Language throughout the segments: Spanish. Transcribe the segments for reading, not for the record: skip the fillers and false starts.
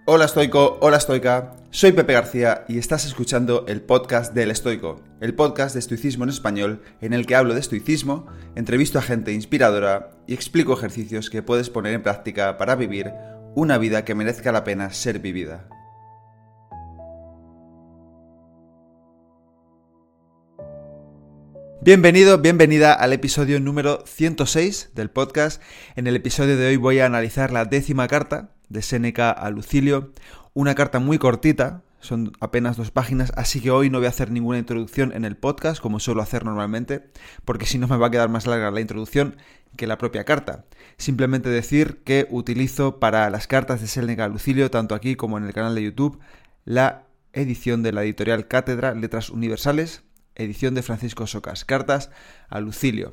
Hola estoico, hola estoica, soy Pepe García y estás escuchando el podcast del Estoico, el podcast de estoicismo en español en el que hablo de estoicismo, entrevisto a gente inspiradora y explico ejercicios que puedes poner en práctica para vivir una vida que merezca la pena ser vivida. Bienvenido, bienvenida al episodio número 106 del podcast. En el episodio de hoy voy a analizar la 10ª carta de Séneca a Lucilio, una carta muy cortita, son apenas 2 páginas, así que hoy no voy a hacer ninguna introducción en el podcast, como suelo hacer normalmente, porque si no me va a quedar más larga la introducción que la propia carta. Simplemente decir que utilizo para las cartas de Séneca a Lucilio, tanto aquí como en el canal de YouTube, la edición de la editorial Cátedra Letras Universales, edición de Francisco Socas, cartas a Lucilio.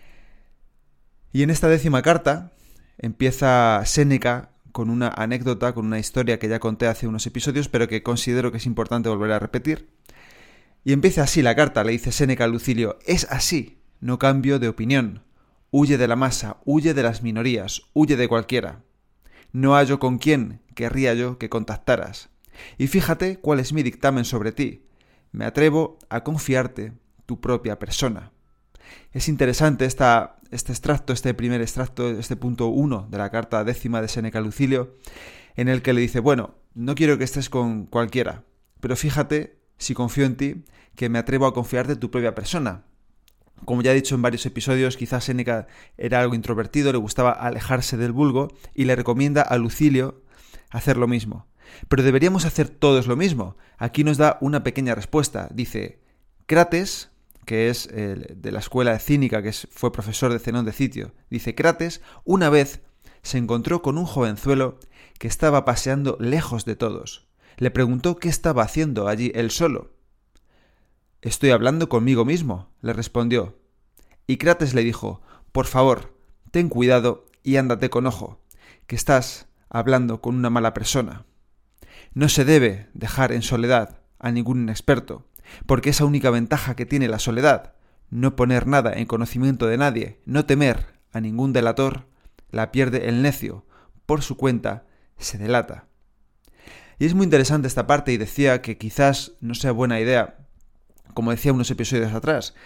Y en esta 10ª carta empieza Séneca con una anécdota, con una historia que ya conté hace unos episodios, pero que considero que es importante volver a repetir. Y empieza así la carta, le dice Séneca a Lucilio: es así, no cambio de opinión. Huye de la masa, huye de las minorías, huye de cualquiera. No hallo con quién querría yo que contactaras. Y fíjate cuál es mi dictamen sobre ti. Me atrevo a confiarte tu propia persona. Es interesante este primer extracto, este punto 1 de la carta 10ª de Séneca a Lucilio, en el que le dice: bueno, no quiero que estés con cualquiera, pero fíjate, si confío en ti, que me atrevo a confiarte tu propia persona. Como ya he dicho en varios episodios, quizás Séneca era algo introvertido, le gustaba alejarse del vulgo y le recomienda a Lucilio hacer lo mismo. Pero deberíamos hacer todos lo mismo. Aquí nos da una pequeña respuesta. Dice: Crates, que es de la escuela cínica, fue profesor de Zenón de Citio, dice: Crates una vez se encontró con un jovenzuelo que estaba paseando lejos de todos. Le preguntó qué estaba haciendo allí él solo. «Estoy hablando conmigo mismo», le respondió. Y Crates le dijo: «Por favor, ten cuidado y ándate con ojo, que estás hablando con una mala persona. No se debe dejar en soledad a ningún inexperto, porque esa única ventaja que tiene la soledad, no poner nada en conocimiento de nadie, no temer a ningún delator, la pierde el necio, por su cuenta se delata». Y es muy interesante esta parte, y decía que quizás no sea buena idea, como decía unos episodios atrás,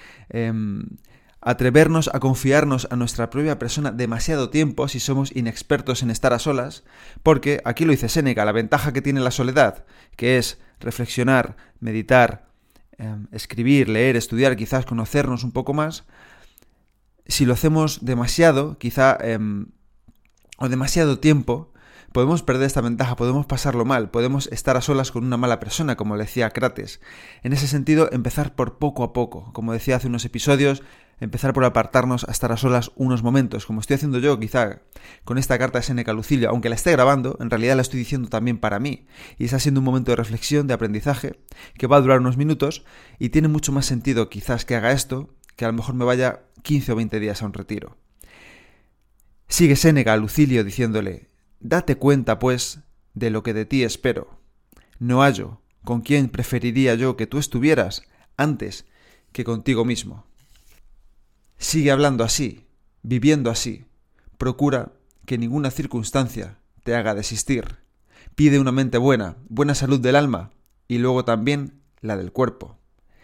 atrevernos a confiarnos a nuestra propia persona demasiado tiempo si somos inexpertos en estar a solas, porque, aquí lo dice Séneca, la ventaja que tiene la soledad, que es reflexionar, meditar, escribir, leer, estudiar, quizás conocernos un poco más, si lo hacemos demasiado, o demasiado tiempo, podemos perder esta ventaja, podemos pasarlo mal, podemos estar a solas con una mala persona, como le decía Crates. En ese sentido, empezar por poco a poco. Como decía hace unos episodios, empezar por apartarnos a estar a solas unos momentos, como estoy haciendo yo quizá con esta carta de Séneca a Lucilio. Aunque la esté grabando, en realidad la estoy diciendo también para mí. Y está siendo un momento de reflexión, de aprendizaje, que va a durar unos minutos, y tiene mucho más sentido quizás que haga esto, que a lo mejor me vaya 15 o 20 días a un retiro. Sigue Séneca a Lucilio diciéndole: «Date cuenta, pues, de lo que de ti espero. No hallo con quién preferiría yo que tú estuvieras antes que contigo mismo. Sigue hablando así, viviendo así. Procura que ninguna circunstancia te haga desistir. Pide una mente buena, buena salud del alma y luego también la del cuerpo».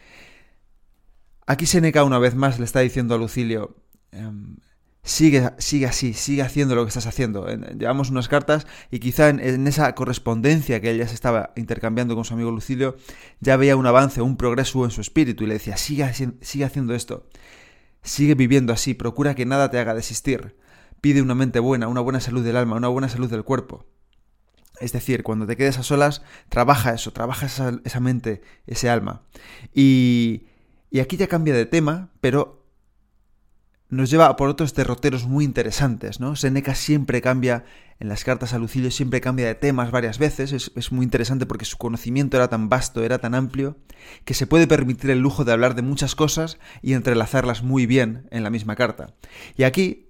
Aquí Séneca una vez más le está diciendo a Lucilio: Sigue así, sigue haciendo lo que estás haciendo. Llevamos unas cartas y quizá en esa correspondencia que ella se estaba intercambiando con su amigo Lucilio ya veía un avance, un progreso en su espíritu, y le decía: sigue haciendo esto, sigue viviendo así, procura que nada te haga desistir, pide una mente buena, una buena salud del alma, una buena salud del cuerpo. Es decir, cuando te quedes a solas, trabaja eso, trabaja esa mente, ese alma. Y aquí ya cambia de tema, pero nos lleva por otros derroteros muy interesantes, ¿no? Séneca siempre cambia, en las cartas a Lucilio siempre cambia de temas varias veces. Es muy interesante porque su conocimiento era tan vasto, era tan amplio, que se puede permitir el lujo de hablar de muchas cosas y entrelazarlas muy bien en la misma carta. Y aquí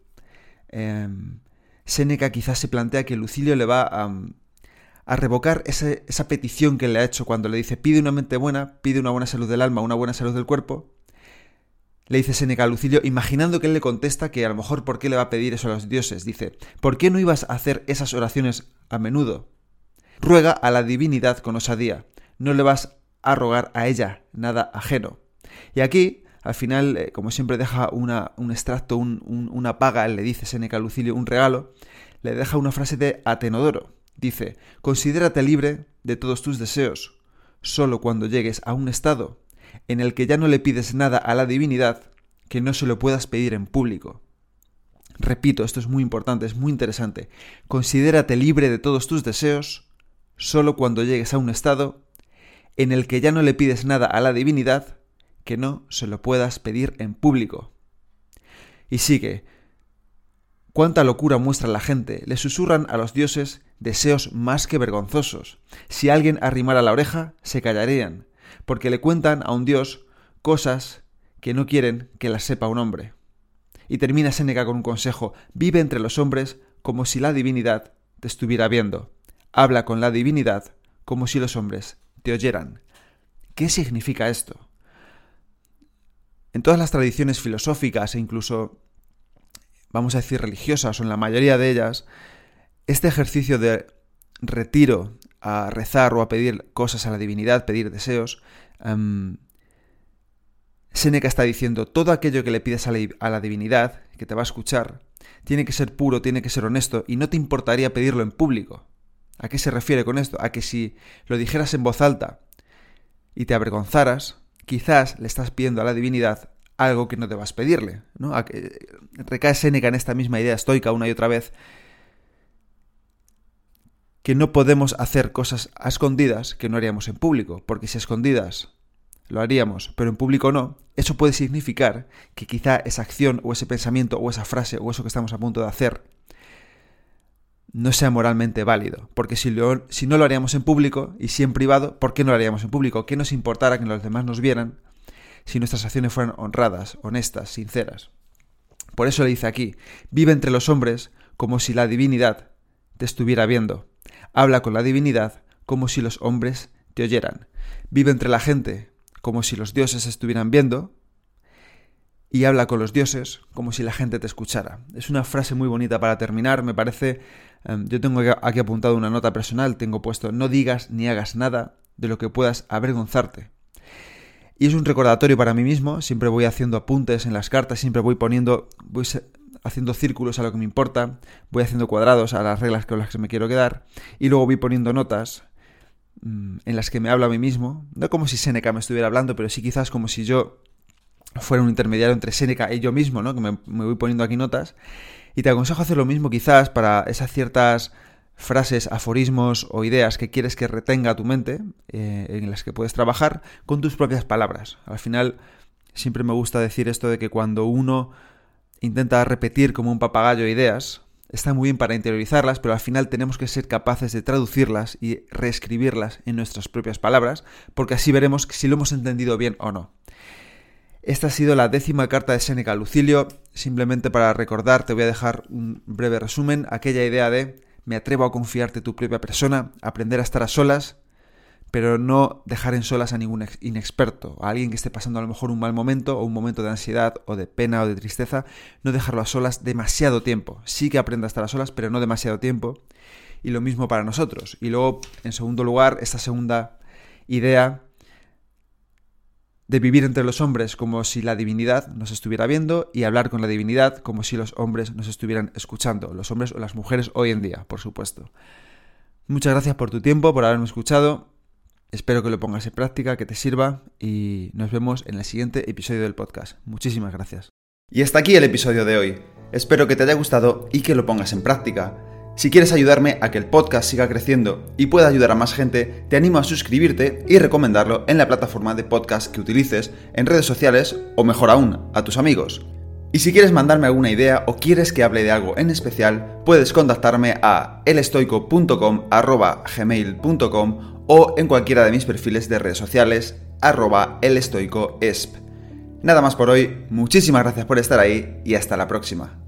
Séneca quizás se plantea que Lucilio le va a revocar esa petición que le ha hecho cuando le dice: pide una mente buena, pide una buena salud del alma, una buena salud del cuerpo. Le dice Séneca a Lucilio, imaginando que él le contesta que a lo mejor ¿por qué le va a pedir eso a los dioses? Dice: ¿por qué no ibas a hacer esas oraciones a menudo? Ruega a la divinidad con osadía, no le vas a rogar a ella nada ajeno. Y aquí, al final, como siempre deja un extracto, una paga, le dice Séneca a Lucilio, un regalo, le deja una frase de Atenodoro. Dice: considérate libre de todos tus deseos, solo cuando llegues a un estado en el que ya no le pides nada a la divinidad que no se lo puedas pedir en público. Repito, esto es muy importante, es muy interesante. Considérate libre de todos tus deseos, solo cuando llegues a un estado en el que ya no le pides nada a la divinidad que no se lo puedas pedir en público. Y sigue: cuánta locura muestra la gente, le susurran a los dioses deseos más que vergonzosos. Si alguien arrimara la oreja, se callarían, porque le cuentan a un dios cosas que no quieren que las sepa un hombre. Y termina Séneca con un consejo: vive entre los hombres como si la divinidad te estuviera viendo. Habla con la divinidad como si los hombres te oyeran. ¿Qué significa esto? En todas las tradiciones filosóficas e incluso, vamos a decir, religiosas, o en la mayoría de ellas, este ejercicio de retiro a rezar o a pedir cosas a la divinidad, pedir deseos, Séneca está diciendo: todo aquello que le pides a la divinidad, que te va a escuchar, tiene que ser puro, tiene que ser honesto, y no te importaría pedirlo en público. ¿A qué se refiere con esto? A que si lo dijeras en voz alta y te avergonzaras, quizás le estás pidiendo a la divinidad algo que no debas pedirle, ¿no? Recae Séneca en esta misma idea estoica una y otra vez, que no podemos hacer cosas a escondidas que no haríamos en público, porque si a escondidas lo haríamos, pero en público no, eso puede significar que quizá esa acción o ese pensamiento o esa frase o eso que estamos a punto de hacer no sea moralmente válido, porque si no lo haríamos en público y si en privado, ¿por qué no lo haríamos en público? ¿Qué nos importara que los demás nos vieran si nuestras acciones fueran honradas, honestas, sinceras? Por eso le dice aquí: vive entre los hombres como si la divinidad te estuviera viendo. Habla con la divinidad como si los hombres te oyeran. Vive entre la gente como si los dioses estuvieran viendo, y habla con los dioses como si la gente te escuchara. Es una frase muy bonita para terminar, me parece. Yo tengo aquí apuntado una nota personal, tengo puesto: no digas ni hagas nada de lo que puedas avergonzarte. Y es un recordatorio para mí mismo, siempre voy haciendo apuntes en las cartas, siempre voy haciendo círculos a lo que me importa, voy haciendo cuadrados a las reglas con las que me quiero quedar, y luego voy poniendo notas en las que me hablo a mí mismo, no como si Séneca me estuviera hablando, pero sí quizás como si yo fuera un intermediario entre Séneca y yo mismo, ¿no? Que me voy poniendo aquí notas, y te aconsejo hacer lo mismo quizás para esas ciertas frases, aforismos o ideas que quieres que retenga tu mente, en las que puedes trabajar con tus propias palabras. Al final siempre me gusta decir esto de que cuando uno intenta repetir como un papagayo ideas, está muy bien para interiorizarlas, pero al final tenemos que ser capaces de traducirlas y reescribirlas en nuestras propias palabras, porque así veremos si lo hemos entendido bien o no. Esta ha sido la 10ª carta de Séneca a Lucilio. Simplemente para recordar, te voy a dejar un breve resumen, aquella idea de: me atrevo a confiarte tu propia persona, aprender a estar a solas, pero no dejar en solas a ningún inexperto, a alguien que esté pasando a lo mejor un mal momento o un momento de ansiedad o de pena o de tristeza, no dejarlo a solas demasiado tiempo. Sí que aprenda a estar a solas, pero no demasiado tiempo. Y lo mismo para nosotros. Y luego, en segundo lugar, esta segunda idea de vivir entre los hombres como si la divinidad nos estuviera viendo y hablar con la divinidad como si los hombres nos estuvieran escuchando, los hombres o las mujeres hoy en día, por supuesto. Muchas gracias por tu tiempo, por haberme escuchado. Espero que lo pongas en práctica, que te sirva, y nos vemos en el siguiente episodio del podcast. Muchísimas gracias. Y hasta aquí el episodio de hoy. Espero que te haya gustado y que lo pongas en práctica. Si quieres ayudarme a que el podcast siga creciendo y pueda ayudar a más gente, te animo a suscribirte y recomendarlo en la plataforma de podcast que utilices, en redes sociales o, mejor aún, a tus amigos. Y si quieres mandarme alguna idea o quieres que hable de algo en especial, puedes contactarme a elestoico.com@gmail.com o en cualquiera de mis perfiles de redes sociales @elestoicoesp. Nada más por hoy, muchísimas gracias por estar ahí y hasta la próxima.